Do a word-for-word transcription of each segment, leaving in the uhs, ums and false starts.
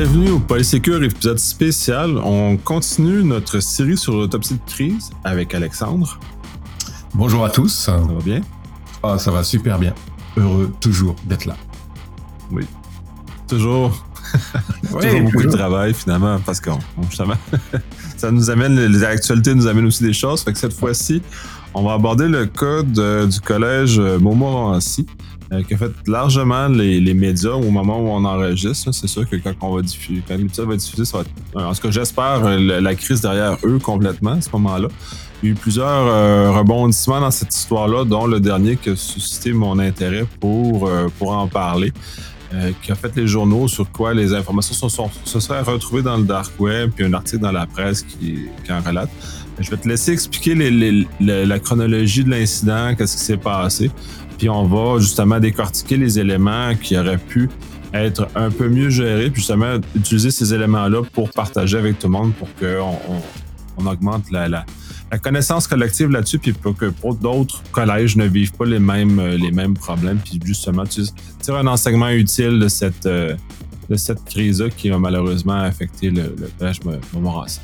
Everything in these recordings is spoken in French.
Bienvenue au Polysécure épisode spécial. On continue notre série sur l'autopsie de crise avec Alexandre. Bonjour à tous. Ça va bien? Ah, ça va super bien. Heureux toujours d'être là. Oui. Toujours, oui, toujours beaucoup toujours. de travail finalement parce qu'on justement ça nous amène, les actualités nous amènent aussi des choses. Fait que cette fois-ci, on va aborder le cas de, du collège Montmorency. Euh, qui a fait largement les, les médias au moment où on enregistre. Là. C'est sûr que quand, on va diffuser, quand l'épisode va être diffusé, ça va être, en tout cas, j'espère la, la crise derrière eux complètement à ce moment-là. Il y a eu plusieurs euh, rebondissements dans cette histoire-là, dont le dernier qui a suscité mon intérêt pour, euh, pour en parler, euh, qui a fait les journaux sur quoi les informations se, sont, se seraient retrouvées dans le dark web, puis un article dans la presse qui, qui en relate. Je vais te laisser expliquer les, les, les, la chronologie de l'incident, qu'est-ce qui s'est passé. Puis on va justement décortiquer les éléments qui auraient pu être un peu mieux gérés, puis justement utiliser ces éléments-là pour partager avec tout le monde pour qu'on on, on augmente la, la, la connaissance collective là-dessus, puis pour que pour d'autres collèges ne vivent pas les mêmes, les mêmes problèmes, puis justement tu tires un enseignement utile de cette, de cette crise-là qui a malheureusement affecté le, le collège Montmorency.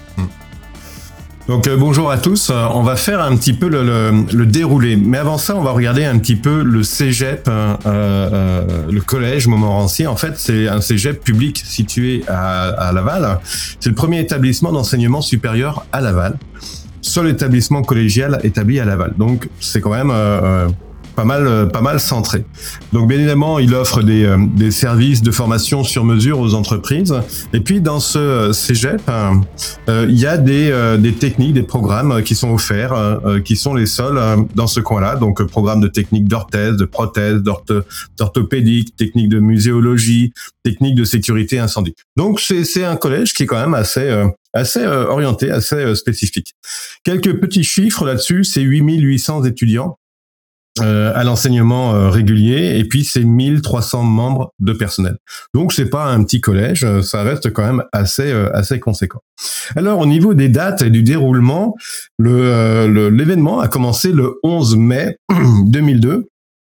Donc euh, bonjour à tous, euh, on va faire un petit peu le, le, le déroulé, mais avant ça on va regarder un petit peu le cégep, euh, euh, le collège Montmorency. En fait c'est un cégep public situé à, à Laval, c'est le premier établissement d'enseignement supérieur à Laval, seul établissement collégial établi à Laval, donc c'est quand même euh, pas mal pas mal centré. Donc bien évidemment, il offre des euh, des services de formation sur mesure aux entreprises. Et puis dans ce euh, cégep, euh, il y a des euh, des techniques, des programmes qui sont offerts, euh, qui sont les seuls euh, dans ce coin-là. Donc programme de technique d'orthèse, de prothèse, d'ortho, d'orthopédique, technique de muséologie, technique de sécurité incendie. Donc c'est c'est un collège qui est quand même assez euh, assez euh, orienté, assez euh, spécifique. Quelques petits chiffres là-dessus, c'est huit mille huit cents étudiants Euh, à l'enseignement euh, régulier, et puis c'est mille trois cents membres de personnel. Donc c'est pas un petit collège, ça reste quand même assez euh, assez conséquent. Alors au niveau des dates et du déroulement, le, euh, le l'événement a commencé le onze mai deux mille deux.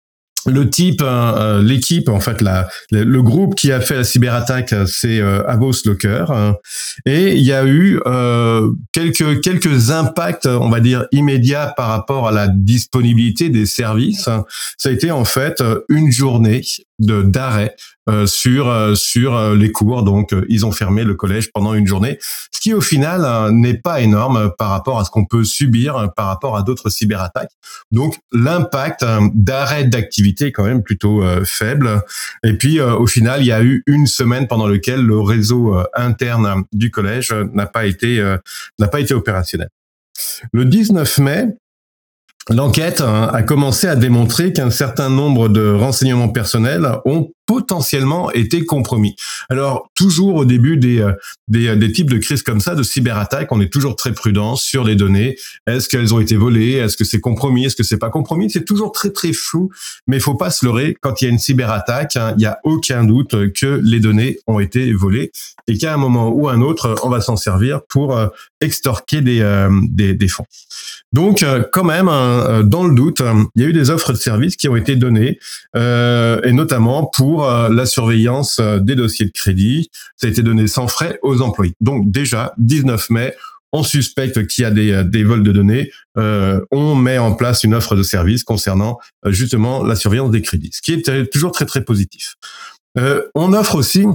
Le type, euh, l'équipe, en fait, la, le, le groupe qui a fait la cyberattaque, c'est euh, Avos Locker, hein, et il y a eu euh, quelques quelques impacts, on va dire immédiats par rapport à la disponibilité des services. Ça a été en fait une journée de d'arrêt euh, sur euh, sur euh, les cours, donc euh, ils ont fermé le collège pendant une journée, ce qui au final euh, n'est pas énorme par rapport à ce qu'on peut subir euh, par rapport à d'autres cyberattaques. Donc l'impact euh, d'arrêt d'activité est quand même plutôt euh, faible. Et puis euh, au final, il y a eu une semaine pendant laquelle le réseau euh, interne du collège euh, n'a pas été euh, n'a pas été opérationnel. Le dix-neuf mai, l'enquête a commencé à démontrer qu'un certain nombre de renseignements personnels ont potentiellement été compromis. Alors, toujours au début des, des, des types de crises comme ça, de cyberattaques, on est toujours très prudent sur les données. Est-ce qu'elles ont été volées? Est-ce que c'est compromis? Est-ce que c'est pas compromis? C'est toujours très, très flou, mais il faut pas se leurrer. Quand il y a une cyberattaque, hein, il y a aucun doute que les données ont été volées et qu'à un moment ou un autre, on va s'en servir pour euh, extorquer des, euh, des, des fonds. Donc, euh, quand même, euh, dans le doute, euh, il y a eu des offres de services qui ont été données, euh, et notamment pour euh, la surveillance euh, des dossiers de crédit. Ça a été donné sans frais aux employés. Donc déjà, dix-neuf mai, on suspecte qu'il y a des, des vols de données. Euh, on met en place une offre de service concernant euh, justement la surveillance des crédits, ce qui est toujours très très positif. Euh, on offre aussi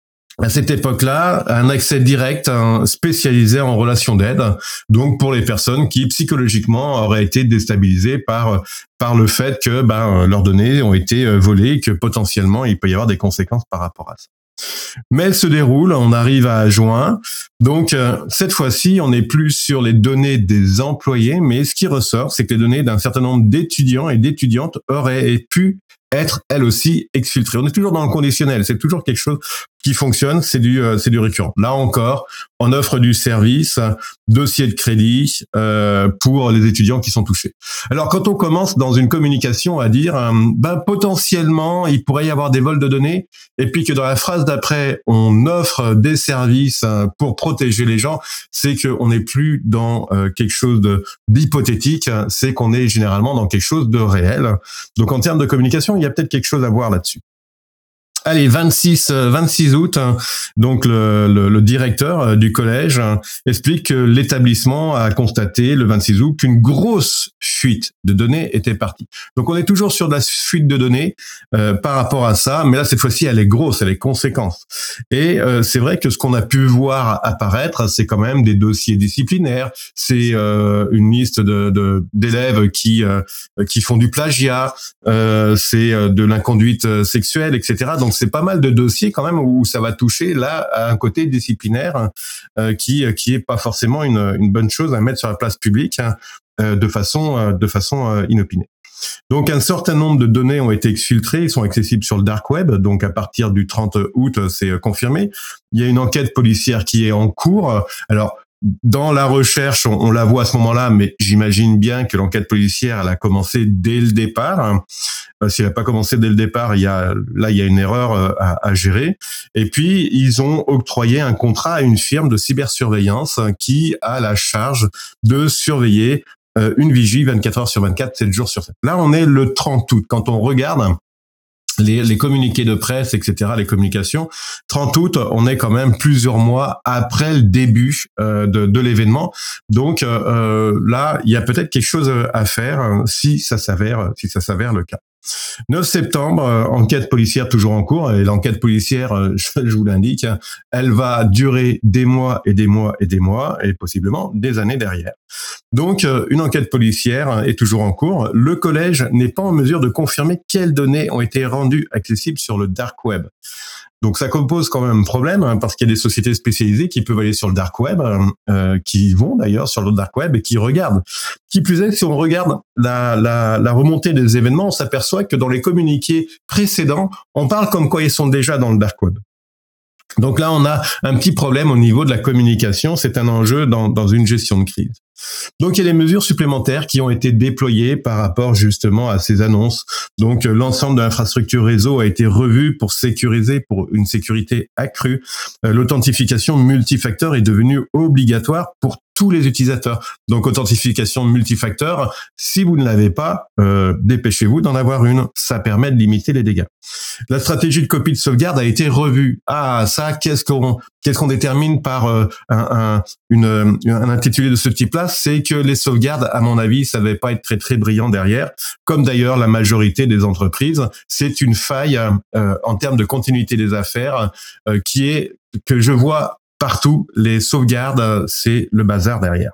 à cette époque-là, un accès direct un spécialisé en relations d'aide, donc pour les personnes qui psychologiquement auraient été déstabilisées par par le fait que ben leurs données ont été volées, que potentiellement il peut y avoir des conséquences par rapport à ça. Mais elle se déroule, on arrive à juin, donc euh, cette fois-ci on n'est plus sur les données des employés, mais ce qui ressort, c'est que les données d'un certain nombre d'étudiants et d'étudiantes auraient pu être elles aussi exfiltrées. On est toujours dans le conditionnel, c'est toujours quelque chose qui fonctionne, c'est du euh, c'est du récurrent. Là encore, on offre du service, dossier de crédit euh, pour les étudiants qui sont touchés. Alors quand on commence dans une communication à dire euh, ben potentiellement il pourrait y avoir des vols de données, et puis que dans la phrase d'après on offre des services pour protéger les gens, c'est qu'on n'est plus dans euh, quelque chose de d'hypothétique, c'est qu'on est généralement dans quelque chose de réel. Donc en termes de communication, il y a peut-être quelque chose à voir là-dessus. Allez, vingt-six, vingt-six août, hein, donc le, le, le directeur du collège hein, explique que l'établissement a constaté le vingt-six août qu'une grosse fuite de données était partie. Donc on est toujours sur de la fuite de données euh, par rapport à ça, mais là cette fois-ci elle est grosse, elle est conséquente. Et euh, c'est vrai que ce qu'on a pu voir apparaître, c'est quand même des dossiers disciplinaires, c'est euh, une liste de, de d'élèves qui euh, qui font du plagiat, euh, c'est de l'inconduite sexuelle, et cetera. Donc c'est pas mal de dossiers quand même où ça va toucher là à un côté disciplinaire euh, qui qui est pas forcément une une bonne chose à mettre sur la place publique hein, euh, de façon euh, de façon euh, inopinée. Donc un certain nombre de données ont été exfiltrées, ils sont accessibles sur le dark web. Donc à partir du trente août, c'est confirmé. Il y a une enquête policière qui est en cours. Alors dans la recherche, on, on la voit à ce moment-là, mais j'imagine bien que l'enquête policière, elle a commencé dès le départ. Euh, si elle n'a pas commencé dès le départ, il y a là il y a une erreur euh, à, à gérer. Et puis ils ont octroyé un contrat à une firme de cybersurveillance qui a la charge de surveiller euh, une vigie vingt-quatre heures sur vingt-quatre, sept jours sur sept. Là, on est le trente août. Quand on regarde les, les communiqués de presse, et cetera, les communications, trente août, on est quand même plusieurs mois après le début euh, de, de l'événement. Donc euh, là, il y a peut-être quelque chose à faire euh, si ça s'avère, si ça s'avère le cas. neuf septembre, euh, enquête policière toujours en cours, et l'enquête policière, euh, je, je vous l'indique, elle va durer des mois et des mois et des mois, et possiblement des années derrière. Donc, euh, une enquête policière est toujours en cours. Le collège n'est pas en mesure de confirmer quelles données ont été rendues accessibles sur le dark web. Donc ça compose quand même un problème hein, parce qu'il y a des sociétés spécialisées qui peuvent aller sur le dark web, euh, qui vont d'ailleurs sur le dark web et qui regardent. Qui plus est, si on regarde la, la, la remontée des événements, on s'aperçoit que dans les communiqués précédents, on parle comme quoi ils sont déjà dans le dark web. Donc là, on a un petit problème au niveau de la communication. C'est un enjeu dans, dans une gestion de crise. Donc il y a des mesures supplémentaires qui ont été déployées par rapport justement à ces annonces. Donc l'ensemble de l'infrastructure réseau a été revu pour sécuriser, pour une sécurité accrue. Euh, l'authentification multifacteur est devenue obligatoire pour tous les utilisateurs. Donc authentification multifacteur, si vous ne l'avez pas, euh, dépêchez-vous d'en avoir une. Ça permet de limiter les dégâts. La stratégie de copie de sauvegarde a été revue. Ah ça, qu'est-ce qu'on qu'est-ce qu'on détermine par euh, un, un, une, un intitulé de ce type-là? C'est que les sauvegardes, à mon avis, ça ne devait pas être très très brillant derrière. Comme d'ailleurs la majorité des entreprises, c'est une faille euh, en termes de continuité des affaires euh, qui est que je vois partout. Les sauvegardes, c'est le bazar derrière.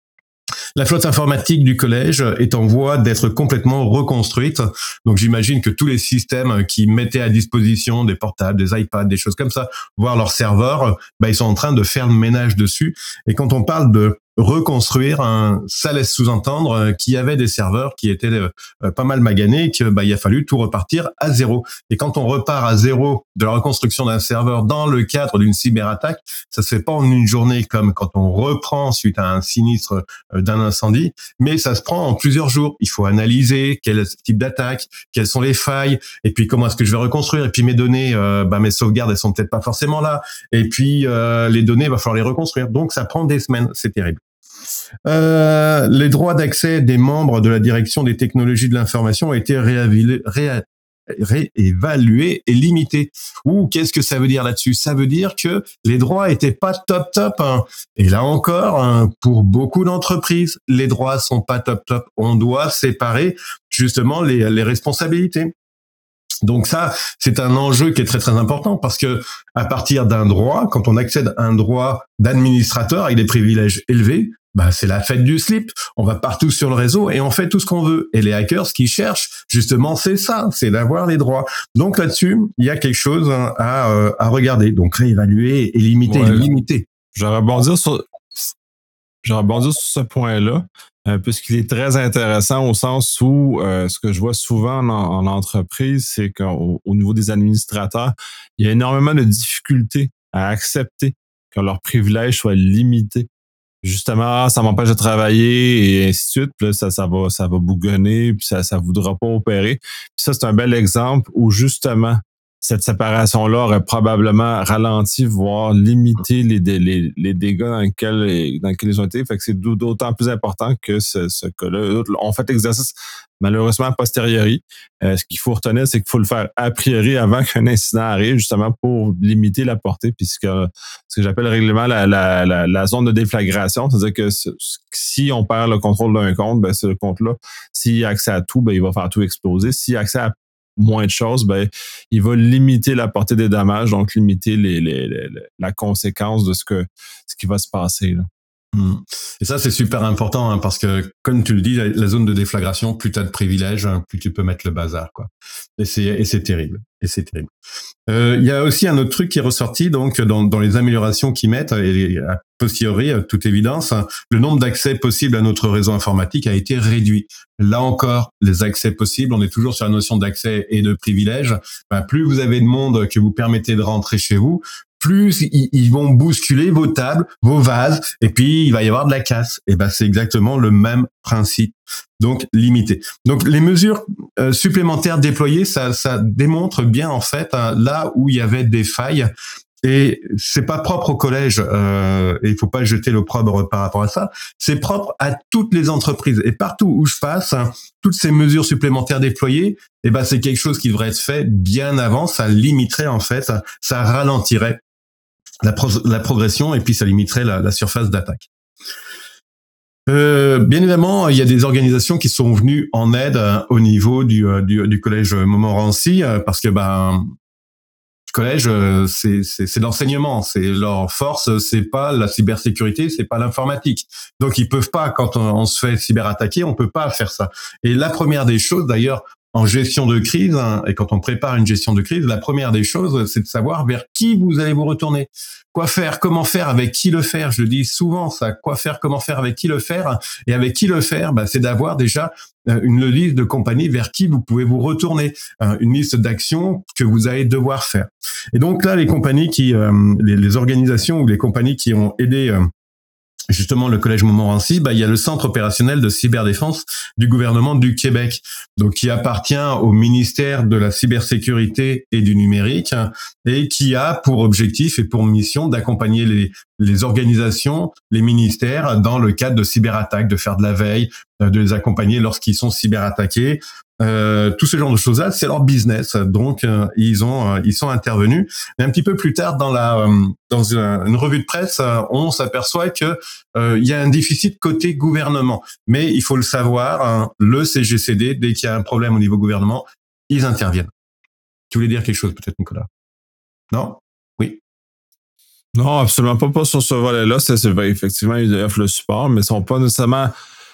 La flotte informatique du collège est en voie d'être complètement reconstruite. Donc j'imagine que tous les systèmes qui mettaient à disposition des portables, des iPads, des choses comme ça, voire leurs serveurs, bah, ils sont en train de faire le ménage dessus. Et quand on parle de reconstruire, hein, ça laisse sous-entendre euh, qu'il y avait des serveurs qui étaient euh, pas mal maganés et que bah, il a fallu tout repartir à zéro. Et quand on repart à zéro de la reconstruction d'un serveur dans le cadre d'une cyberattaque, ça se fait pas en une journée comme quand on reprend suite à un sinistre euh, d'un incendie, mais ça se prend en plusieurs jours. Il faut analyser quel type d'attaque, quelles sont les failles, et puis comment est-ce que je vais reconstruire, et puis mes données, euh, bah, mes sauvegardes, elles sont peut-être pas forcément là, et puis euh, les données, il va falloir les reconstruire. Donc ça prend des semaines, c'est terrible. Euh, les droits d'accès des membres de la direction des technologies de l'information ont été réévalués, ré, réévalués et limités. Ouh, qu'est-ce que ça veut dire là-dessus? Ça veut dire que les droits étaient pas top top. Hein. Et là encore, hein, pour beaucoup d'entreprises, les droits sont pas top top. On doit séparer justement les, les responsabilités. Donc ça, c'est un enjeu qui est très très important parce que à partir d'un droit, quand on accède à un droit d'administrateur avec des privilèges élevés, bah c'est la fête du slip. On va partout sur le réseau et on fait tout ce qu'on veut. Et les hackers, ce qu'ils cherchent, justement, c'est ça, c'est d'avoir les droits. Donc là-dessus, il y a quelque chose à euh, à regarder. Donc réévaluer et limiter, ouais. limiter. Je vais rebondir sur, je vais rebondir sur ce point-là. Euh, puisqu'il est très intéressant au sens où euh, ce que je vois souvent en, en entreprise, c'est qu'au au niveau des administrateurs, il y a énormément de difficultés à accepter que leurs privilèges soient limités. Justement, ça m'empêche de travailler et ainsi de suite. Puis là, ça, ça va, ça va bougonner, puis ça, ça voudra pas opérer. Puis ça, c'est un bel exemple où justement cette séparation-là aurait probablement ralenti, voire limité les, les, les dégâts dans lesquels, dans lesquels ils ont été. Fait que c'est d'autant plus important que ce, ce cas-là. On fait l'exercice malheureusement a posteriori. Euh, ce qu'il faut retenir, c'est qu'il faut le faire a priori avant qu'un incident arrive, justement pour limiter la portée. Puis ce que, ce que j'appelle régulièrement la, la, la, la zone de déflagration, c'est-à-dire que si on perd le contrôle d'un compte, ben, ce compte-là, s'il a accès à tout, ben, il va faire tout exploser. S'il a accès à moins de choses, ben, il va limiter la portée des dommages, donc limiter les, les, les, la conséquence de ce que ce qui va se passer, là. Et ça, c'est super important, hein, parce que, comme tu le dis, la, la zone de déflagration, plus tu as de privilèges, hein, plus tu peux mettre le bazar, quoi. Et c'est, et c'est terrible. Et c'est terrible. Euh, il y a aussi un autre truc qui est ressorti, donc, dans, dans les améliorations qu'ils mettent, et a posteriori, à toute évidence, hein, le nombre d'accès possibles à notre réseau informatique a été réduit. Là encore, les accès possibles, on est toujours sur la notion d'accès et de privilèges. Ben, plus vous avez de monde que vous permettez de rentrer chez vous, plus ils vont bousculer vos tables, vos vases, et puis il va y avoir de la casse. Et ben c'est exactement le même principe. Donc limité. Donc les mesures euh, supplémentaires déployées, ça, ça démontre bien en fait hein, là où il y avait des failles. Et c'est pas propre au collège, euh, et il faut pas jeter l'opprobre par rapport à ça. C'est propre à toutes les entreprises. Et partout où je passe, hein, toutes ces mesures supplémentaires déployées, et ben c'est quelque chose qui devrait être fait bien avant. Ça limiterait en fait, ça, ça ralentirait La, pro- la progression et puis ça limiterait la, la surface d'attaque. Euh, bien évidemment, il y a des organisations qui sont venues en aide euh, au niveau du, euh, du, du collège Montmorency euh, parce que ben le collège euh, c'est, c'est, c'est l'enseignement, c'est leur force, c'est pas la cybersécurité, c'est pas l'informatique. Donc ils peuvent pas, quand on, on se fait cyberattaquer, on peut pas faire ça. Et la première des choses, d'ailleurs, en gestion de crise, hein, et quand on prépare une gestion de crise, la première des choses, c'est de savoir vers qui vous allez vous retourner. Quoi faire, comment faire, avec qui le faire. Je le dis souvent, ça. Quoi faire, comment faire, avec qui le faire. Et avec qui le faire, bah, c'est d'avoir déjà une liste de compagnies vers qui vous pouvez vous retourner, hein, une liste d'actions que vous allez devoir faire. Et donc là, les compagnies qui, euh, les, les organisations ou les compagnies qui ont aidé euh, justement le collège Montmorency, bah il y a le centre opérationnel de cyberdéfense du gouvernement du Québec, donc qui appartient au ministère de la cybersécurité et du numérique et qui a pour objectif et pour mission d'accompagner les les organisations, les ministères dans le cadre de cyberattaques, de faire de la veille, de les accompagner lorsqu'ils sont cyberattaqués. Euh, tout ce genre de choses-là, c'est leur business. Donc, euh, ils ont, euh, ils sont intervenus. Mais un petit peu plus tard, dans la, euh, dans une, une revue de presse, euh, on s'aperçoit que euh, il y a un déficit côté gouvernement. Mais il faut le savoir, hein, le C G C D, dès qu'il y a un problème au niveau gouvernement, ils interviennent. Tu voulais dire quelque chose, peut-être, Nicolas? Non? Oui. Non, absolument pas, pas sur ce volet-là. C'est, c'est vrai, effectivement, ils offrent le support, mais ils sont pas nécessairement.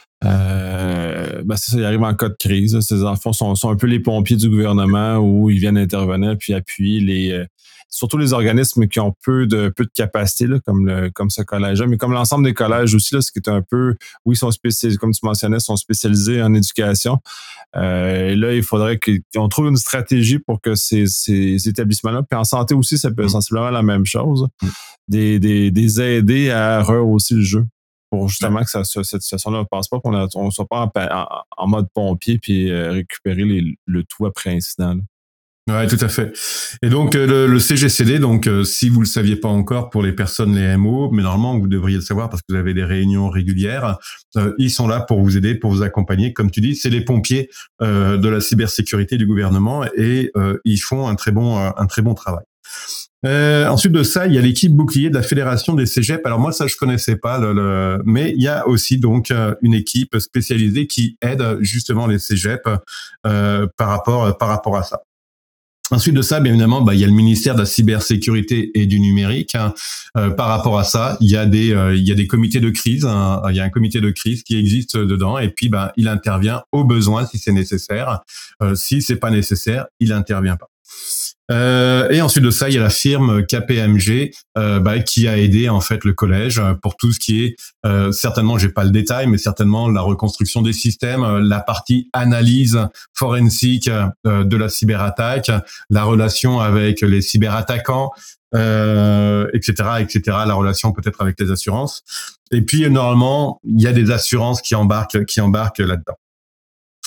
Euh, ben c'est ça, ils arrivent en cas de crise. Ces enfants sont, sont un peu les pompiers du gouvernement où ils viennent intervenir puis appuyer les, euh, surtout les organismes qui ont peu de peu de capacité, là, comme le comme ce collège-là, mais comme l'ensemble des collèges aussi, là, ce qui est un peu, oui, ils sont spécialisés, comme tu mentionnais, sont spécialisés en éducation. Euh, et là, il faudrait qu'on trouve une stratégie pour que ces, ces établissements-là, puis en santé aussi, ça peut être sensiblement la même chose, des, des, des aider à rehausser le jeu. Pour justement que ça, cette situation-là ne passe pas, qu'on ne soit pas en, en, en mode pompier puis euh, récupérer les, le tout après incident. Là. Ouais, tout à fait. Et donc le, le C G C D, donc euh, si vous le saviez pas encore pour les personnes, les M O, mais normalement vous devriez le savoir parce que vous avez des réunions régulières, euh, ils sont là pour vous aider, pour vous accompagner. Comme tu dis, c'est les pompiers euh, de la cybersécurité du gouvernement et euh, ils font un très bon un très bon travail. Euh, ensuite de ça, il y a l'équipe bouclier de la Fédération des Cégeps. Alors moi, ça je connaissais pas, le, le... mais il y a aussi donc une équipe spécialisée qui aide justement les Cégeps euh, par rapport par rapport à ça. Ensuite de ça, bien évidemment, bah, il y a le ministère de la cybersécurité et du numérique. Hein. Euh, par rapport à ça, il y a des euh, il y a des comités de crise. Hein. Il y a un comité de crise qui existe dedans et puis bah, il intervient au besoin si c'est nécessaire. Euh, si c'est pas nécessaire, il intervient pas. Euh, et ensuite de ça, il y a la firme K P M G euh, bah, qui a aidé en fait le collège pour tout ce qui est euh, certainement, j'ai pas le détail, mais certainement la reconstruction des systèmes, la partie analyse forensique euh, de la cyberattaque, la relation avec les cyberattaquants, euh, et cetera, et cetera. La relation peut-être avec les assurances. Et puis normalement, il y a des assurances qui embarquent, qui embarquent là-dedans.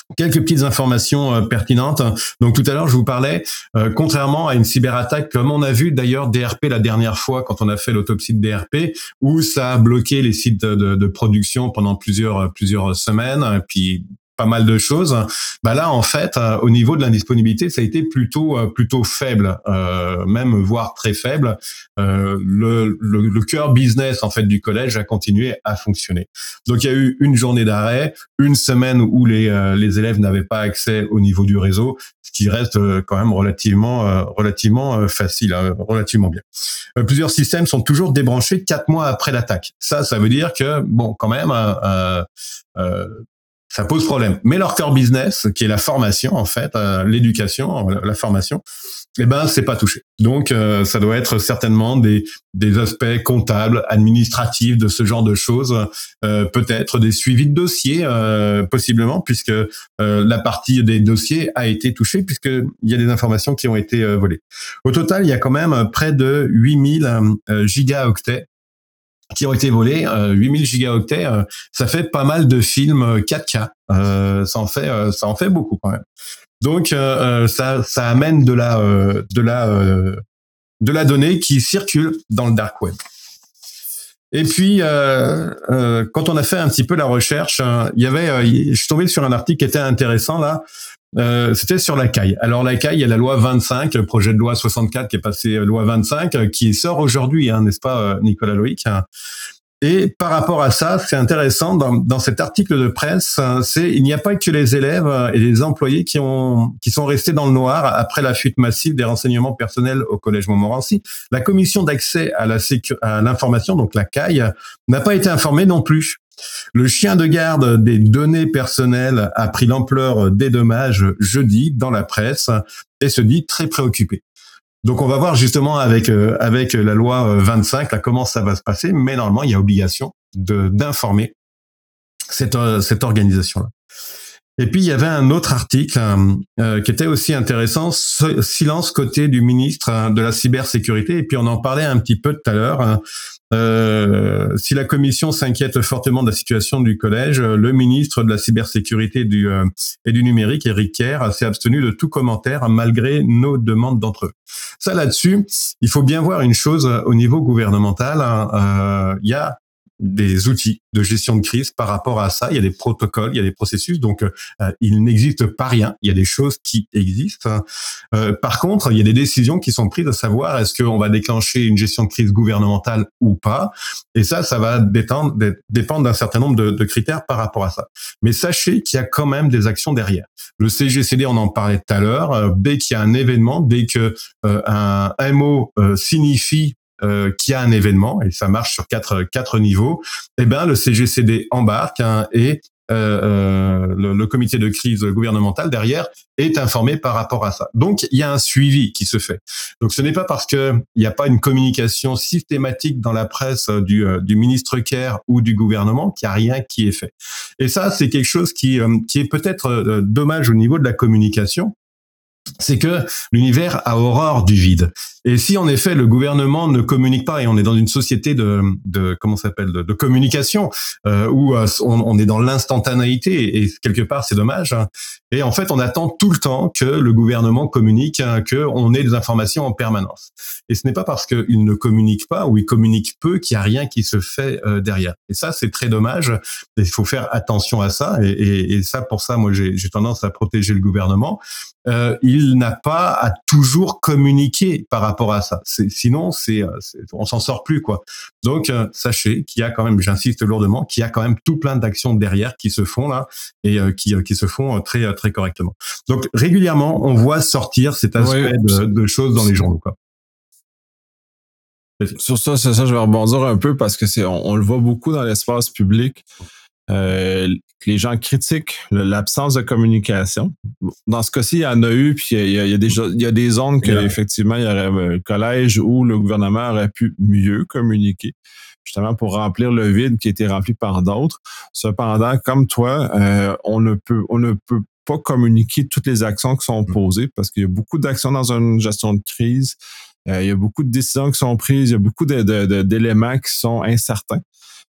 Quelques petites informations euh, pertinentes. Donc tout à l'heure, je vous parlais, euh, contrairement à une cyberattaque, comme on a vu d'ailleurs D R P la dernière fois quand on a fait l'autopsie de D R P, où ça a bloqué les sites de, de, de production pendant plusieurs plusieurs semaines, et puis pas mal de choses. Bah là, en fait, euh, au niveau de l'indisponibilité, ça a été plutôt euh, plutôt faible, euh, même voire très faible. Euh, le, le, le cœur business en fait du collège a continué à fonctionner. Donc il y a eu une journée d'arrêt, une semaine où les euh, les élèves n'avaient pas accès au niveau du réseau, ce qui reste euh, quand même relativement euh, relativement euh, facile, hein, relativement bien. Euh, plusieurs systèmes sont toujours débranchés quatre mois après l'attaque. Ça, ça veut dire que bon, quand même. Euh, euh, ça pose problème. Mais leur core business, qui est la formation en fait, euh, l'éducation, la formation, eh ben c'est pas touché. Donc euh, ça doit être certainement des des aspects comptables, administratifs, de ce genre de choses, euh, peut-être des suivis de dossiers, euh, possiblement, puisque euh, la partie des dossiers a été touchée, puisque il y a des informations qui ont été euh, volées. Au total, il y a quand même près de huit mille euh, gigaoctets qui ont été volés, euh, huit mille gigaoctets, euh, ça fait pas mal de films quatre K. Euh, ça en fait, euh, ça en fait beaucoup quand même. Donc euh, ça, ça amène de la, euh, de la, euh, de la donnée qui circule dans le dark web. Et puis, euh, euh, quand on a fait un petit peu la recherche, euh, il y avait, euh, je suis tombé sur un article qui était intéressant là. Euh, c'était sur la C A I. Alors la C A I, il y a la loi vingt-cinq, le projet de loi soixante-quatre qui est passé euh, loi vingt-cinq, euh, qui sort aujourd'hui, hein, n'est-ce pas, euh, Nicolas Loïc, hein. Et par rapport à ça, c'est intéressant, dans, dans cet article de presse, c'est il n'y a pas que les élèves et les employés qui ont qui sont restés dans le noir après la fuite massive des renseignements personnels au Collège Montmorency. La commission d'accès à la sécu, à l'information, donc la C A I, n'a pas été informée non plus. Le chien de garde des données personnelles a pris l'ampleur des dommages jeudi dans la presse et se dit très préoccupé. Donc on va voir justement avec euh, avec la loi vingt-cinq là comment ça va se passer, mais normalement il y a obligation de d'informer cette euh, cette organisation là. Et puis il y avait un autre article euh, qui était aussi intéressant, silence côté du ministre hein, de la cybersécurité. Et puis on en parlait un petit peu tout à l'heure. Hein. Euh, si la commission s'inquiète fortement de la situation du collège, le ministre de la cybersécurité du, euh, et du numérique, Éric Kerr, s'est abstenu de tout commentaire malgré nos demandes d'entre eux. Ça là-dessus, il faut bien voir une chose au niveau gouvernemental. Hein, euh, il y a des outils de gestion de crise par rapport à ça. Il y a des protocoles, il y a des processus. Donc, euh, il n'existe pas rien. Il y a des choses qui existent. Euh, par contre, il y a des décisions qui sont prises à savoir est-ce qu'on va déclencher une gestion de crise gouvernementale ou pas. Et ça, ça va dépendre, dépendre d'un certain nombre de, de critères par rapport à ça. Mais sachez qu'il y a quand même des actions derrière. Le C G C D, on en parlait tout à l'heure. Euh, dès qu'il y a un événement, dès que euh, un M O euh, signifie Euh, qui a un événement, et ça marche sur quatre quatre niveaux, eh ben le C G C D embarque hein, et euh, euh, le, le comité de crise gouvernemental derrière est informé par rapport à ça. Donc il y a un suivi qui se fait. Donc ce n'est pas parce que il n'y a pas une communication systématique dans la presse du, euh, du ministre Kerr ou du gouvernement qu'il n'y a rien qui est fait. Et ça c'est quelque chose qui euh, qui est peut-être euh, dommage au niveau de la communication. C'est que l'univers a horreur du vide. Et si en effet le gouvernement ne communique pas et on est dans une société de, de comment ça s'appelle de, de communication euh, où euh, on, on est dans l'instantanéité et quelque part c'est dommage. Hein. Et en fait on attend tout le temps que le gouvernement communique, hein, que on ait des informations en permanence. Et ce n'est pas parce qu'il ne communique pas ou il communique peu qu'il y a rien qui se fait euh, derrière. Et ça c'est très dommage. Et il faut faire attention à ça. Et, et, et ça pour ça moi j'ai, j'ai tendance à protéger le gouvernement. Euh, il n'a pas à toujours communiquer par rapport à ça. C'est, sinon, c'est, c'est, on s'en sort plus quoi. Donc, euh, sachez qu'il y a quand même, j'insiste lourdement, qu'il y a quand même tout plein d'actions derrière qui se font là et euh, qui, euh, qui se font très, très correctement. Donc, régulièrement, on voit sortir cet aspect oui, de, de choses dans les journaux quoi. Sur ça, c'est ça, je vais rebondir un peu parce que c'est, on, on le voit beaucoup dans l'espace public. Euh, les gens critiquent l'absence de communication. Dans ce cas-ci, il y en a eu, puis il y a, il y a, des, il y a des zones que, yeah. effectivement, il y aurait le collège ou le gouvernement aurait pu mieux communiquer, justement pour remplir le vide qui a été rempli par d'autres. Cependant, comme toi, euh, on ne peut, on ne peut pas communiquer toutes les actions qui sont posées parce qu'il y a beaucoup d'actions dans une gestion de crise. Euh, il y a beaucoup de décisions qui sont prises, il y a beaucoup de, de, de, d'éléments qui sont incertains.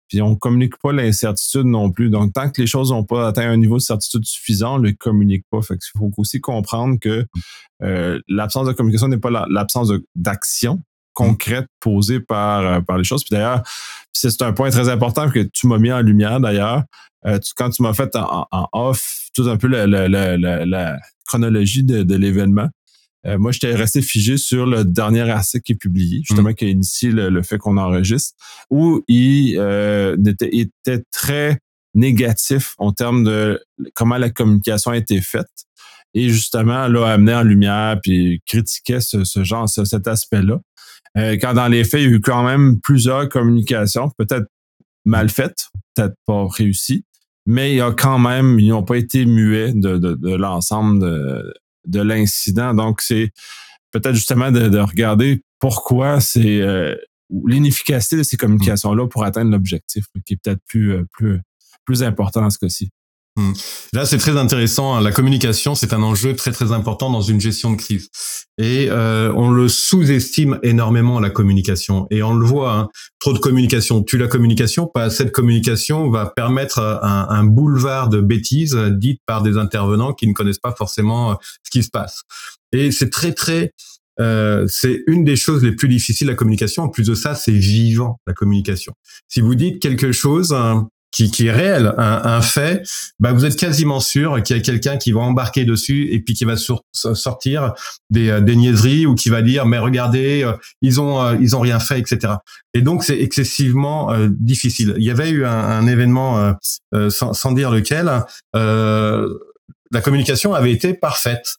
puis on communique pas l'incertitude non plus. Donc, tant que les choses n'ont pas atteint un niveau de certitude suffisant, on ne les communique pas. Fait qu'il faut aussi comprendre que euh, l'absence de communication n'est pas la, l'absence de, d'action concrète posée par, euh, par les choses. Puis d'ailleurs, c'est un point très important que tu m'as mis en lumière d'ailleurs. Euh, tu, quand tu m'as fait en, en off tout un peu la, la, la, la, la chronologie de, de l'événement, euh, moi, j'étais resté figé sur le dernier article qui est publié, justement, mmh. qui a initié le, le fait qu'on enregistre, où il euh, était, était très négatif en termes de comment la communication a été faite. Et justement, là, amené en lumière puis critiquait ce, ce genre, ce, cet aspect-là. Euh, quand dans les faits, il y a eu quand même plusieurs communications, peut-être mal faites, peut-être pas réussies, mais il y a quand même, ils n'ont pas été muets de, de, de l'ensemble de, de l'incident. Donc, c'est peut-être justement de, de regarder pourquoi c'est euh, l'inefficacité de ces communications-là pour atteindre l'objectif, qui est peut-être plus, plus, plus important dans ce cas-ci. Là, c'est très intéressant. La communication, c'est un enjeu très très important dans une gestion de crise. Et euh, on le sous-estime énormément, la communication. Et on le voit, hein, trop de communication tue la communication. Pas assez de communication va permettre un, un boulevard de bêtises dites par des intervenants qui ne connaissent pas forcément ce qui se passe. Et c'est très très... Euh, c'est une des choses les plus difficiles, la communication. En plus de ça, c'est vivant, la communication. Si vous dites quelque chose... Hein, Qui, qui est réel, un, un fait, bah vous êtes quasiment sûr qu'il y a quelqu'un qui va embarquer dessus et puis qui va sur, sortir des, des niaiseries ou qui va dire mais regardez ils ont ils ont rien fait, et cetera. Et donc c'est excessivement euh, difficile. Il y avait eu un, un événement euh, euh, sans, sans dire lequel, euh, la communication avait été parfaite.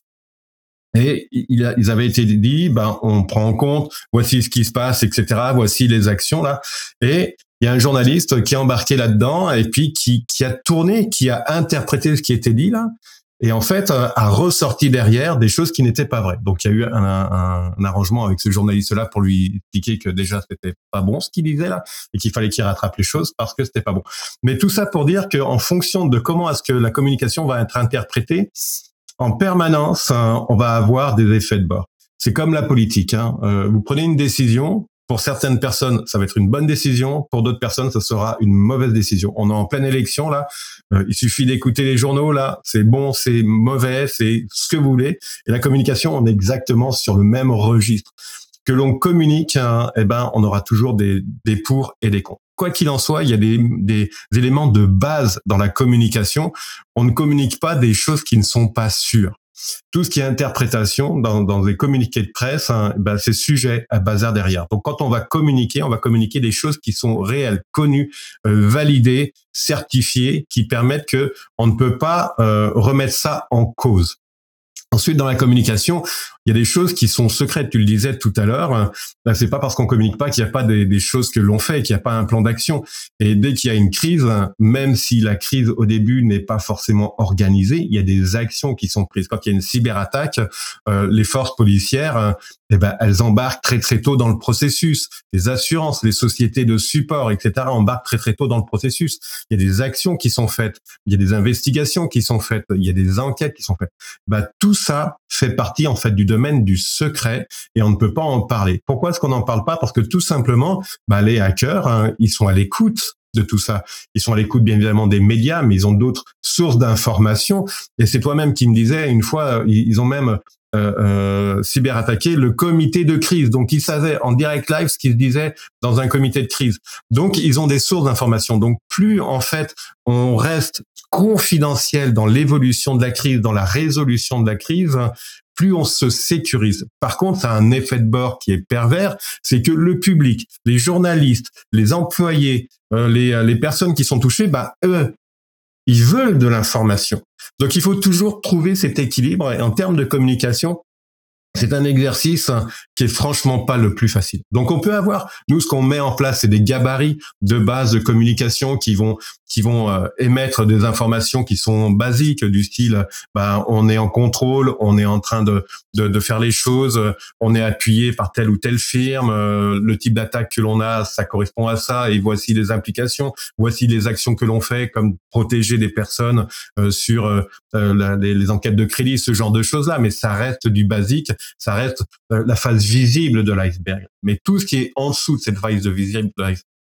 Et il a, ils avaient été dit, ben on prend en compte, voici ce qui se passe, et cetera. Voici les actions là. Et il y a un journaliste qui est embarqué là-dedans et puis qui, qui a tourné, qui a interprété ce qui était dit là, et en fait euh, a ressorti derrière des choses qui n'étaient pas vraies. Donc il y a eu un, un, un arrangement avec ce journaliste-là pour lui expliquer que déjà c'était pas bon ce qu'il disait là et qu'il fallait qu'il rattrape les choses parce que c'était pas bon. Mais tout ça pour dire qu'en fonction de comment est-ce que la communication va être interprétée, en permanence, hein, on va avoir des effets de bord. C'est comme la politique. Hein. Euh, vous prenez une décision. Pour certaines personnes, ça va être une bonne décision. Pour d'autres personnes, ça sera une mauvaise décision. On est en pleine élection, là. Euh, il suffit d'écouter les journaux, là. C'est bon, c'est mauvais, c'est ce que vous voulez. Et la communication, on est exactement sur le même registre. Que l'on communique, hein, eh ben, on aura toujours des, des pour et des contre. Quoi qu'il en soit, il y a des, des éléments de base dans la communication. On ne communique pas des choses qui ne sont pas sûres. Tout ce qui est interprétation dans, dans des communiqués de presse, hein, ben c'est sujet à bazar derrière. Donc, quand on va communiquer, on va communiquer des choses qui sont réelles, connues, euh, validées, certifiées, qui permettent que on ne peut pas euh, remettre ça en cause. Ensuite, dans la communication, il y a des choses qui sont secrètes. Tu le disais tout à l'heure. Ben, c'est pas parce qu'on communique pas qu'il n'y a pas des, des choses que l'on fait, qu'il n'y a pas un plan d'action. Et dès qu'il y a une crise, même si la crise au début n'est pas forcément organisée, il y a des actions qui sont prises. Quand il y a une cyberattaque, euh, les forces policières, euh, eh ben, elles embarquent très très tôt dans le processus. Les assurances, les sociétés de support, et cetera embarquent très très tôt dans le processus. Il y a des actions qui sont faites, il y a des investigations qui sont faites, il y a des enquêtes qui sont faites. Ben, tout ça fait partie en fait du domaine du secret et on ne peut pas en parler. Pourquoi est-ce qu'on n'en parle pas? Parce que tout simplement, bah, les hackers, hein, ils sont à l'écoute de tout ça. Ils sont à l'écoute bien évidemment des médias, mais ils ont d'autres sources d'informations. Et c'est toi-même qui me disais une fois, ils ont même euh, euh, cyberattaqué le comité de crise. Donc ils savaient en direct live ce qui se disait dans un comité de crise. Donc ils ont des sources d'informations. Donc plus en fait on reste confidentiel dans l'évolution de la crise, dans la résolution de la crise, plus on se sécurise. Par contre, ça a un effet de bord qui est pervers, c'est que le public, les journalistes, les employés, euh, les, les personnes qui sont touchées, bah eux, ils veulent de l'information. Donc il faut toujours trouver cet équilibre et en termes de communication, c'est un exercice qui est franchement pas le plus facile. Donc on peut avoir, nous ce qu'on met en place, c'est des gabarits de base de communication qui vont qui vont euh, émettre des informations qui sont basiques du style, bah on est en contrôle, on est en train de de, de faire les choses, on est appuyé par telle ou telle firme, euh, le type d'attaque que l'on a, ça correspond à ça et voici les implications, voici les actions que l'on fait comme protéger des personnes euh, sur euh, la, les, les enquêtes de crédit, ce genre de choses là, mais ça reste du basique. Ça reste la face visible de l'iceberg. Mais tout ce qui est en dessous de cette face de visible de l'iceberg,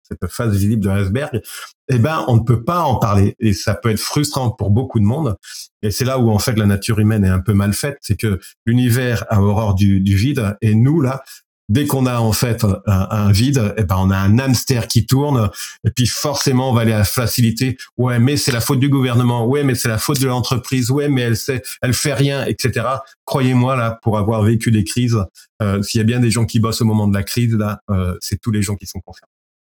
cette face visible de l'iceberg, eh ben, on ne peut pas en parler. Et ça peut être frustrant pour beaucoup de monde. Et c'est là où, en fait, la nature humaine est un peu mal faite. C'est que l'univers a horreur du, du vide. Et nous, là, dès qu'on a en fait un, un vide, eh ben on a un hamster qui tourne, et puis forcément on va aller à la facilité. Ouais, mais c'est la faute du gouvernement. Ouais, mais c'est la faute de l'entreprise. Ouais, mais elle sait, elle fait rien, et cetera. Croyez-moi là, pour avoir vécu des crises, euh, s'il y a bien des gens qui bossent au moment de la crise, là, euh, c'est tous les gens qui sont concernés.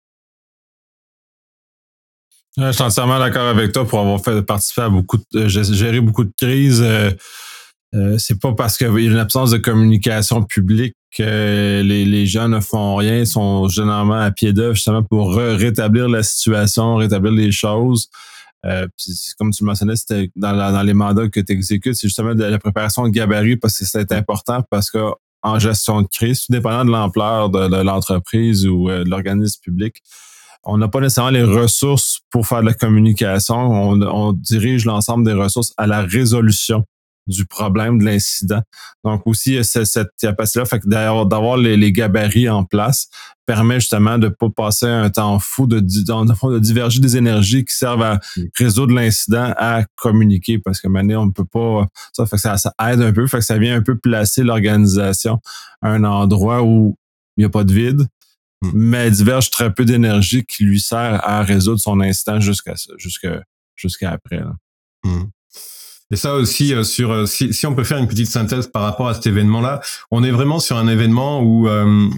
Ouais, je suis entièrement d'accord avec toi pour avoir fait participer à beaucoup de, gérer beaucoup de crises. Euh, Euh, c'est pas parce qu'il y a une absence de communication publique que les, les gens ne font rien, sont généralement à pied d'œuvre justement pour ré- rétablir la situation, rétablir les choses. Euh, comme tu le mentionnais, c'était dans, la, dans les mandats que tu exécutes, c'est justement de la préparation de gabarit parce que c'est important parce que en gestion de crise, tout dépendant de l'ampleur de, de l'entreprise ou euh, de l'organisme public, on n'a pas nécessairement les ressources pour faire de la communication. On, on dirige l'ensemble des ressources à la résolution du problème, de l'incident. Donc aussi, c'est cette capacité-là, fait que d'avoir, d'avoir les, les gabarits en place permet justement de ne pas passer un temps fou, de, de, de diverger des énergies qui servent à résoudre l'incident, à communiquer, parce que maintenant, on ne peut pas... Ça fait que ça, ça aide un peu, fait que ça vient un peu placer l'organisation à un endroit où il n'y a pas de vide, mm. mais diverge très peu d'énergie qui lui sert à résoudre son incident jusqu'à jusqu'à, jusqu'à après. Là. Mm. Et ça aussi, euh, sur euh, si, si on peut faire une petite synthèse par rapport à cet événement-là, on est vraiment sur un événement où, euh,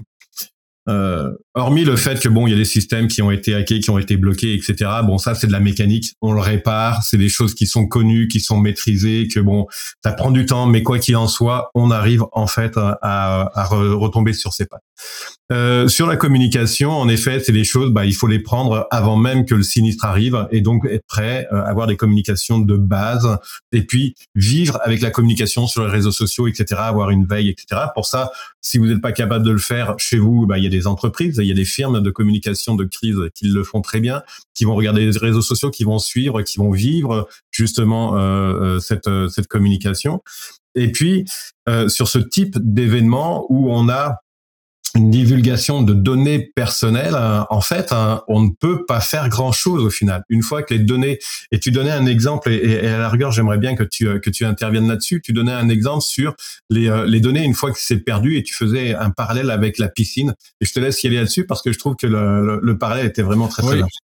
euh, hormis le fait que bon, il y a des systèmes qui ont été hackés, qui ont été bloqués, et cetera. Bon, ça c'est de la mécanique, on le répare, c'est des choses qui sont connues, qui sont maîtrisées, que bon, ça prend du temps, mais quoi qu'il en soit, on arrive en fait à, à, à retomber sur ses pattes. Euh, sur la communication, en effet, c'est des choses, bah, il faut les prendre avant même que le sinistre arrive et donc être prêt, euh, avoir des communications de base et puis vivre avec la communication sur les réseaux sociaux, et cetera, avoir une veille, et cetera. Pour ça, si vous n'êtes pas capable de le faire chez vous, bah, il y a des entreprises, il y a des firmes de communication de crise qui le font très bien, qui vont regarder les réseaux sociaux, qui vont suivre, qui vont vivre justement euh, cette, cette communication. Et puis, euh, sur ce type d'événement où on a une divulgation de données personnelles, en fait, on ne peut pas faire grand-chose au final. Une fois que les données, et tu donnais un exemple, et, et à la rigueur, j'aimerais bien que tu que tu interviennes là-dessus. Tu donnais un exemple sur les les données une fois que c'est perdu, et tu faisais un parallèle avec la piscine. Et je te laisse y aller là-dessus parce que je trouve que le, le, le parallèle était vraiment très très oui. bien.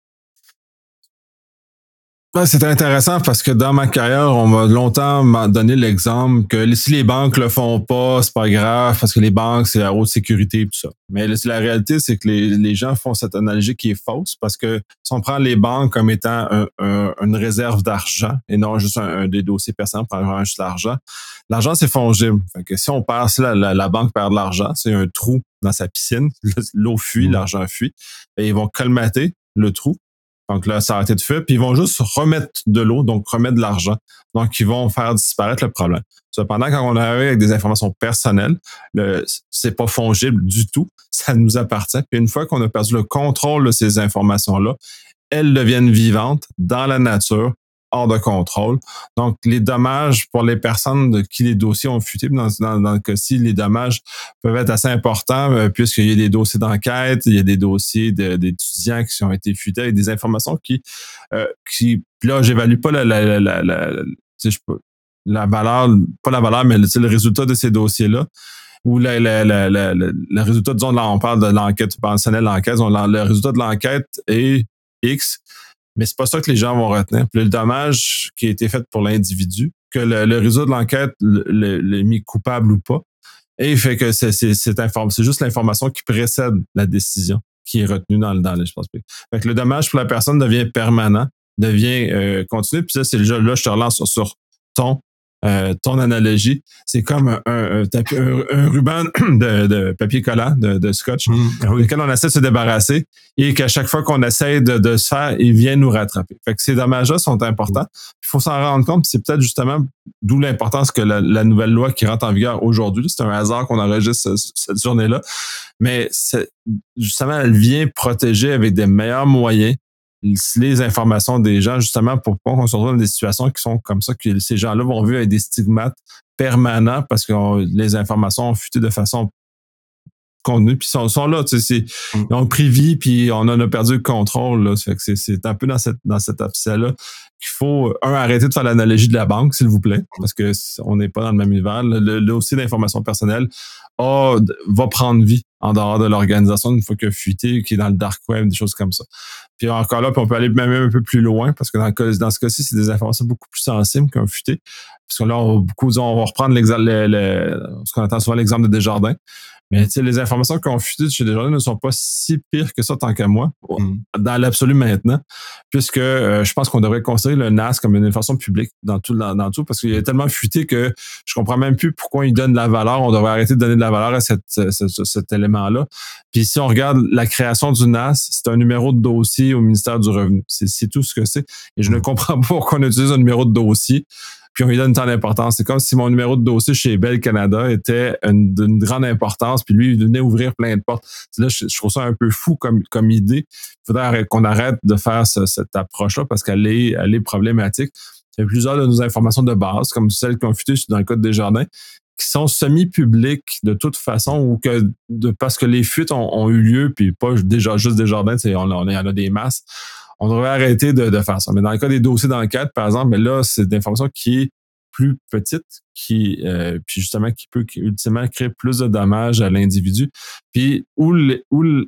Ouais, c'était intéressant parce que dans ma carrière, on m'a longtemps donné l'exemple que si les banques le font pas, c'est pas grave parce que les banques, c'est la haute sécurité et tout ça. Mais la réalité, c'est que les, les gens font cette analogie qui est fausse parce que si on prend les banques comme étant un, un, une réserve d'argent et non juste un, un des dossiers personnels pour avoir juste l'argent, l'argent, c'est fongible. Fait que si on perd, si la, la, la banque perd de l'argent, c'est un trou dans sa piscine, l'eau fuit, mmh. l'argent fuit, et ils vont colmater le trou. Donc là, ça a arrêté de fuir, puis ils vont juste remettre de l'eau, donc remettre de l'argent. Donc, ils vont faire disparaître le problème. Cependant, quand on arrive avec des informations personnelles, le, c'est pas fongible du tout, ça nous appartient. Puis une fois qu'on a perdu le contrôle de ces informations-là, elles deviennent vivantes dans la nature, hors de contrôle. Donc, les dommages pour les personnes de qui les dossiers ont fuité, dans, dans, dans le cas-ci, les dommages peuvent être assez importants euh, puisqu'il y a des dossiers d'enquête, il y a des dossiers de, d'étudiants qui ont été fuités avec des informations qui, euh, qui là, j'évalue pas la, la, la, la, la, la, je sais pas, la valeur, pas la valeur, mais le, le résultat de ces dossiers-là. Ou le, le, le, le, le, le résultat, disons, là, on parle de l'enquête, personnelle l'enquête, le résultat de l'enquête est X. Mais c'est pas ça que les gens vont retenir. Puis le dommage qui a été fait pour l'individu, que le, le résultat de l'enquête l'ait mis coupable ou pas, et fait que c'est, c'est, c'est, inform- c'est juste l'information qui précède la décision qui est retenue dans, dans l'espace public. Fait que le dommage pour la personne devient permanent, devient euh, continu. Puis ça, c'est déjà là, je te relance sur, sur ton Euh, ton analogie, c'est comme un, un, un, un ruban de, de papier collant, de, de scotch, mmh, oui. duquel on essaie de se débarrasser et qu'à chaque fois qu'on essaie de, de se faire, il vient nous rattraper. Fait que ces dommages-là sont importants. Il faut s'en rendre compte, c'est peut-être justement d'où l'importance que la, la nouvelle loi qui rentre en vigueur aujourd'hui, c'est un hasard qu'on enregistre ce, cette journée-là, mais c'est, justement, elle vient protéger avec des meilleurs moyens les informations des gens, justement, pour pas qu'on se retrouve dans des situations qui sont comme ça, que ces gens-là vont vivre avec des stigmates permanents parce que on, les informations ont fuité de façon contenu, puis ils sont, sont là, tu sais, c'est, mm. ils ont pris vie, puis on en a perdu le contrôle, là. Ça fait que c'est, c'est un peu dans cette, dans cette abcès-là qu'il faut, un, arrêter de faire l'analogie de la banque, s'il vous plaît, parce que on n'est pas dans le même univers. Le, le dossier d'information personnelle a, va prendre vie en dehors de l'organisation une fois qu'il a fuité, qui est dans le dark web, des choses comme ça. Puis encore là, puis on peut aller même un peu plus loin, parce que dans, le cas, dans ce cas-ci, c'est des informations beaucoup plus sensibles qu'un fuité. Parce que là, on va beaucoup, on va reprendre l'exemple, le, le, ce qu'on entend souvent l'exemple de Desjardins. Mais tu sais, les informations qui ont fuité de chez Desjardins ne sont pas si pires que ça, tant qu'à moi, mm. dans l'absolu maintenant, puisque euh, je pense qu'on devrait considérer le N A S comme une information publique dans tout, dans, dans tout, parce qu'il est tellement fuité que je comprends même plus pourquoi il donne de la valeur. On devrait arrêter de donner de la valeur à cette, ce, ce, cet élément-là. Puis si on regarde la création du N A S, c'est un numéro de dossier au ministère du Revenu. C'est, c'est tout ce que c'est. Et je mm. ne comprends pas pourquoi on utilise un numéro de dossier puis on lui donne tant d'importance. C'est comme si mon numéro de dossier chez Bell Canada était une, d'une grande importance, puis lui, il venait ouvrir plein de portes. Là, je, je trouve ça un peu fou comme, comme idée. Il faudrait qu'on arrête de faire ce, cette approche-là parce qu'elle est, elle est problématique. Il y a plusieurs de nos informations de base, comme celles qui ont fuité dans le cas de Desjardins, qui sont semi-publiques de toute façon, ou que de, parce que les fuites ont, ont eu lieu, puis pas déjà juste Desjardins, on, on, il y en a des masses. On devrait arrêter de, de faire ça. Mais dans le cas des dossiers d'enquête, par exemple, mais là, c'est une information qui est plus petite, qui, euh, puis justement, qui peut qui, ultimement créer plus de dommages à l'individu. Puis où, le, où le,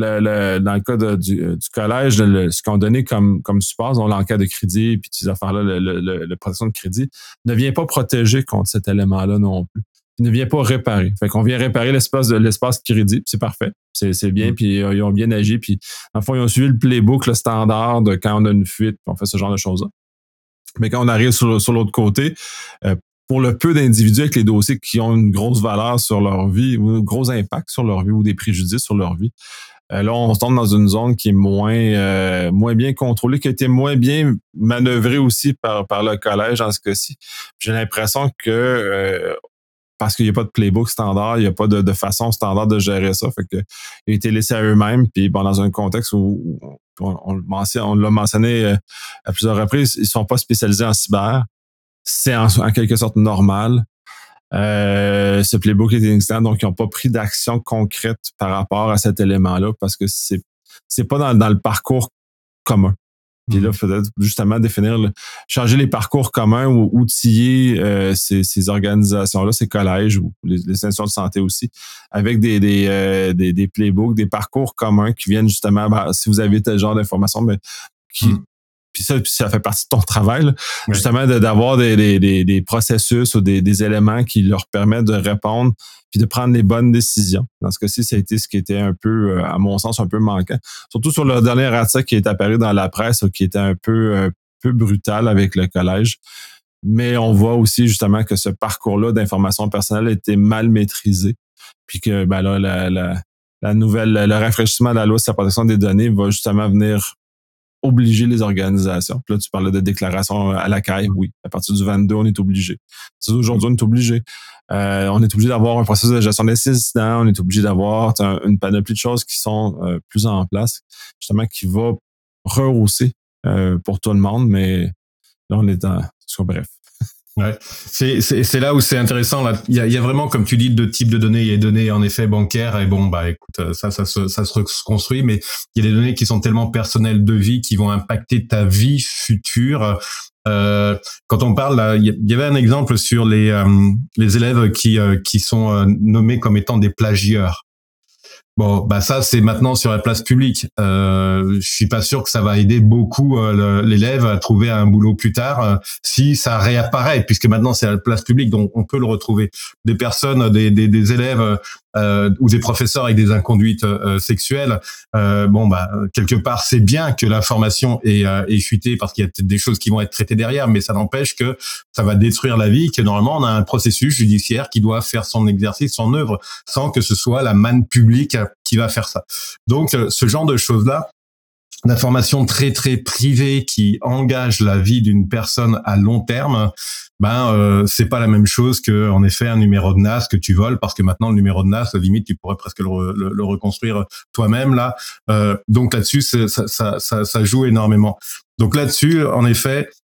le, dans le cas de, du, du collège, le, ce qu'on donnait comme, comme support, on l'enquête de crédit, puis ces affaires-là, le, le, le, le protection de crédit, ne vient pas protéger contre cet élément-là non plus. Il ne vient pas réparer. Fait qu'on vient réparer l'espace de l'espace crédit, c'est parfait. C'est, c'est bien, mmh. puis euh, ils ont bien agi, puis en fond, ils ont suivi le playbook, le standard de quand on a une fuite, puis on fait ce genre de choses-là. Mais quand on arrive sur, sur l'autre côté, euh, pour le peu d'individus avec les dossiers qui ont une grosse valeur sur leur vie, ou un gros impact sur leur vie, ou des préjudices sur leur vie, euh, là, on se tombe dans une zone qui est moins euh, moins bien contrôlée, qui a été moins bien manœuvrée aussi par, par le collège en ce cas-ci. J'ai l'impression que euh, parce qu'il n'y a pas de playbook standard, il n'y a pas de, de façon standard de gérer ça. Fait que il a été laissé à eux-mêmes. Puis bon, dans un contexte où on, on, le mentionne, on l'a mentionné à plusieurs reprises, ils ne sont pas spécialisés en cyber. C'est en, en quelque sorte normal. Euh, ce playbook est inexistant, donc ils n'ont pas pris d'action concrète par rapport à cet élément-là parce que c'est c'est pas dans, dans le parcours commun. Puis là, il faudrait justement définir, le, changer les parcours communs ou outiller euh, ces, ces organisations-là, ces collèges ou les, les institutions de santé aussi, avec des, des, euh, des, des playbooks, des parcours communs qui viennent justement, ben, si vous avez tel genre d'informations, mais qui... Mm. Puis ça, puis ça fait partie de ton travail, là, oui. justement de, d'avoir des, des, des, des processus ou des, des éléments qui leur permettent de répondre puis de prendre les bonnes décisions. Dans ce cas-ci, ça a été ce qui était un peu, à mon sens, un peu manquant. Surtout sur le dernier article qui est apparu dans la presse, qui était un peu, un peu brutal avec le collège. Mais on voit aussi justement que ce parcours-là d'information personnelle était mal maîtrisé. Puis que ben là, la, la, la nouvelle, le rafraîchissement de la loi sur la protection des données va justement venir obliger les organisations. Puis là, tu parlais de déclaration à la C A I. Oui, à partir du vingt-deux, on est obligé. Aujourd'hui, on est obligé. Euh, on est obligé d'avoir un processus de gestion des incidents. On est obligé d'avoir un, une panoplie de choses qui sont euh, plus en place, justement, qui va rehausser euh, pour tout le monde. Mais là, on est dans... Bref. Ouais, c'est, c'est, c'est là où c'est intéressant. Là, il y a, il y a vraiment, comme tu dis, deux types de données. Il y a des données en effet bancaires et bon, bah écoute, ça, ça se, ça se reconstruit. Mais il y a des données qui sont tellement personnelles de vie qui vont impacter ta vie future. Euh, quand on parle, là, il y avait un exemple sur les euh, les élèves qui euh, qui sont euh, nommés comme étant des plagieurs. Bon, bah ça c'est maintenant sur la place publique. Euh, je suis pas sûr que ça va aider beaucoup euh, le, l'élève à trouver un boulot plus tard euh, si ça réapparaît, puisque maintenant c'est à la place publique, donc on peut le retrouver. Des personnes, des des, des élèves euh, ou des professeurs avec des inconduites euh, sexuelles. Euh, bon, bah quelque part c'est bien que l'information est, euh, est fuitée parce qu'il y a peut-être des choses qui vont être traitées derrière, mais ça n'empêche que ça va détruire la vie. Que normalement on a un processus judiciaire qui doit faire son exercice, son œuvre, sans que ce soit la manne publique qui va faire ça. Donc, ce genre de choses-là, d'informations très très privées qui engagent la vie d'une personne à long terme, ben euh, c'est pas la même chose que en effet un numéro de N A S que tu voles, parce que maintenant le numéro de N A S, limite tu pourrais presque le, le, le reconstruire toi-même là. Euh, donc là-dessus, ça, ça, ça, ça joue énormément. Donc là-dessus, en effet,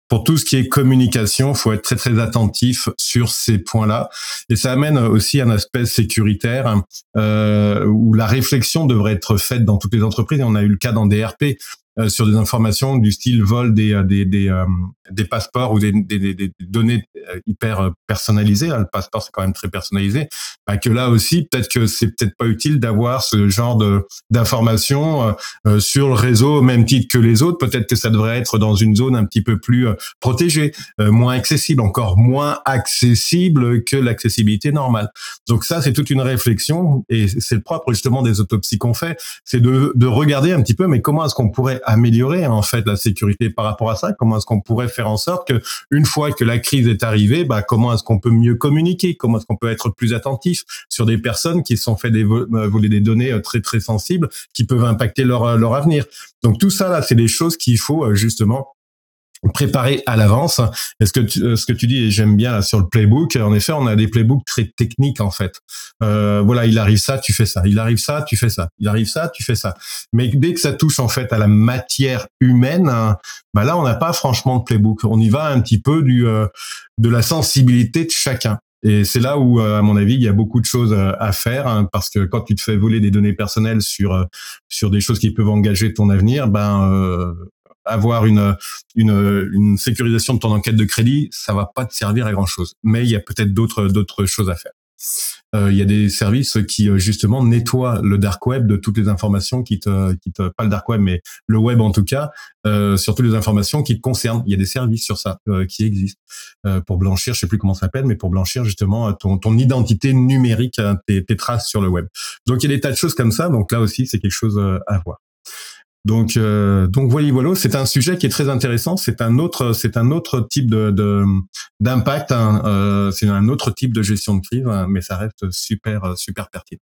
pour tout ce qui est communication, faut être très très attentif sur ces points-là. Et ça amène aussi un aspect sécuritaire euh, où la réflexion devrait être faite dans toutes les entreprises. Et on a eu le cas dans D R P. Euh, sur des informations du style vol des des des, euh, des passeports ou des, des, des, des données hyper personnalisées. Hein, le passeport c'est quand même très personnalisé. Bah, que là aussi peut-être que c'est peut-être pas utile d'avoir ce genre de d'informations euh, sur le réseau au même titre que les autres. Peut-être que ça devrait être dans une zone un petit peu plus euh, protégée, euh, moins accessible, encore moins accessible que l'accessibilité normale. Donc ça c'est toute une réflexion et c'est le propre justement des autopsies qu'on fait, c'est de de regarder un petit peu mais comment est-ce qu'on pourrait améliorer en fait la sécurité par rapport à ça. Comment est-ce qu'on pourrait faire en sorte que une fois que la crise est arrivée, bah comment est-ce qu'on peut mieux communiquer, comment est-ce qu'on peut être plus attentif sur des personnes qui se sont fait des vo- voler des données très très sensibles qui peuvent impacter leur leur avenir. Donc tout ça là, c'est des choses qu'il faut justement préparer à l'avance. Est-ce que tu, ce que tu dis, et j'aime bien là, sur le playbook, en effet, on a des playbooks très techniques en fait. Euh, voilà, il arrive ça, tu fais ça. Il arrive ça, tu fais ça. Il arrive ça, tu fais ça. Mais dès que ça touche en fait à la matière humaine, hein, bah là, on n'a pas franchement de playbook. On y va un petit peu du euh, de la sensibilité de chacun. Et c'est là où, à mon avis, il y a beaucoup de choses à faire, hein, parce que quand tu te fais voler des données personnelles sur sur des choses qui peuvent engager ton avenir, ben euh, avoir une, une, une sécurisation de ton enquête de crédit, ça va pas te servir à grand chose. Mais il y a peut-être d'autres, d'autres choses à faire. Euh, il y a des services qui, justement, nettoient le dark web de toutes les informations qui te, qui te, pas le dark web, mais le web en tout cas, euh, sur toutes les informations qui te concernent. Il y a des services sur ça, euh, qui existent, euh, pour blanchir, je sais plus comment ça s'appelle, mais pour blanchir, justement, ton, ton identité numérique, hein, tes, tes traces sur le web. Donc, il y a des tas de choses comme ça. Donc là aussi, c'est quelque chose à voir. Donc, euh, donc voilà, voilà, c'est un sujet qui est très intéressant. C'est un autre, c'est un autre type de, de d'impact. Hein, euh, c'est un autre type de gestion de crise, hein, mais ça reste super, super pertinent.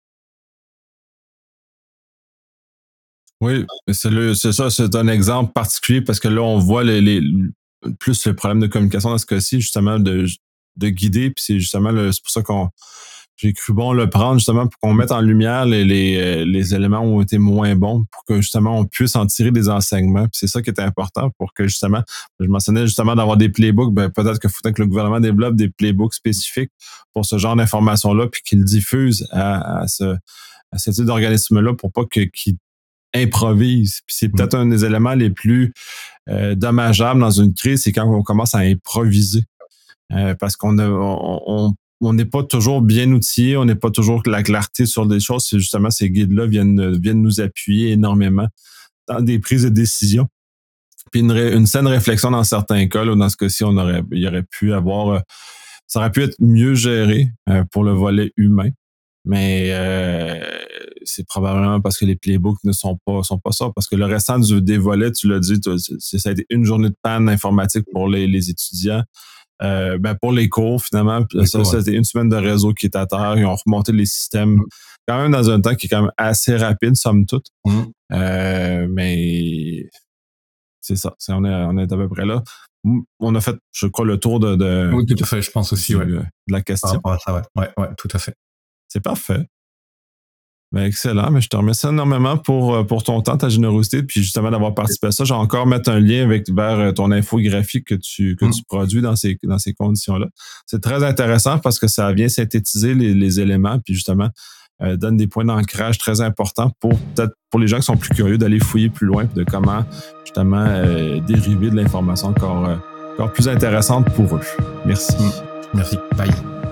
Oui, c'est, le, c'est ça, c'est un exemple particulier parce que là, on voit les, les plus le problème de communication dans ce cas-ci, justement, de, de guider. Puis c'est justement le, c'est pour ça qu'on j'ai cru bon le prendre justement pour qu'on mette en lumière les, les, les éléments où ont été moins bons pour que justement on puisse en tirer des enseignements. Puis c'est ça qui est important pour que justement, je mentionnais justement d'avoir des playbooks, ben peut-être qu'il faudrait que le gouvernement développe des playbooks spécifiques pour ce genre d'informations-là puis qu'il diffuse à, à ce à ce type d'organisme-là pour pas que, qu'ils improvisent. Puis c'est peut-être un des éléments les plus euh, dommageables dans une crise, c'est quand on commence à improviser. Euh, parce qu'on a, on, on on n'est pas toujours bien outillé, on n'est pas toujours la clarté sur des choses. C'est justement ces guides-là viennent, viennent nous appuyer énormément dans des prises de décision. Puis une, une saine réflexion dans certains cas, là, dans ce cas-ci, on aurait, il y aurait pu avoir, euh, ça aurait pu être mieux géré euh, pour le volet humain. Mais euh, c'est probablement parce que les playbooks ne sont pas sont pas ça. Parce que le restant du, des volets, tu l'as dit, ça a été une journée de panne informatique pour les, les étudiants. Euh, ben pour les cours, finalement, les ça, cours, ça, c'était une semaine de réseau qui est à terre. Ils ont remonté les systèmes mmh. quand même dans un temps qui est quand même assez rapide, somme toute. Mmh. Euh, mais c'est ça. C'est, on, est, on est à peu près là. On a fait, je crois, le tour de... de oui, tout à fait. Je pense aussi, du, ouais. de la question. Par rapport à ça, ouais. Ouais, ouais, tout à fait. C'est parfait. Ben excellent, mais je te remercie énormément pour, pour ton temps, ta générosité, puis justement d'avoir participé à ça. Je vais encore mettre un lien avec, vers ton infographie que tu, que mmh. tu produis dans ces, dans ces conditions-là. C'est très intéressant parce que ça vient synthétiser les, les éléments, puis justement euh, donne des points d'ancrage très importants pour peut-être pour les gens qui sont plus curieux d'aller fouiller plus loin, puis de comment justement euh, dériver de l'information encore, euh, encore plus intéressante pour eux. Merci. Mmh. Merci. Bye.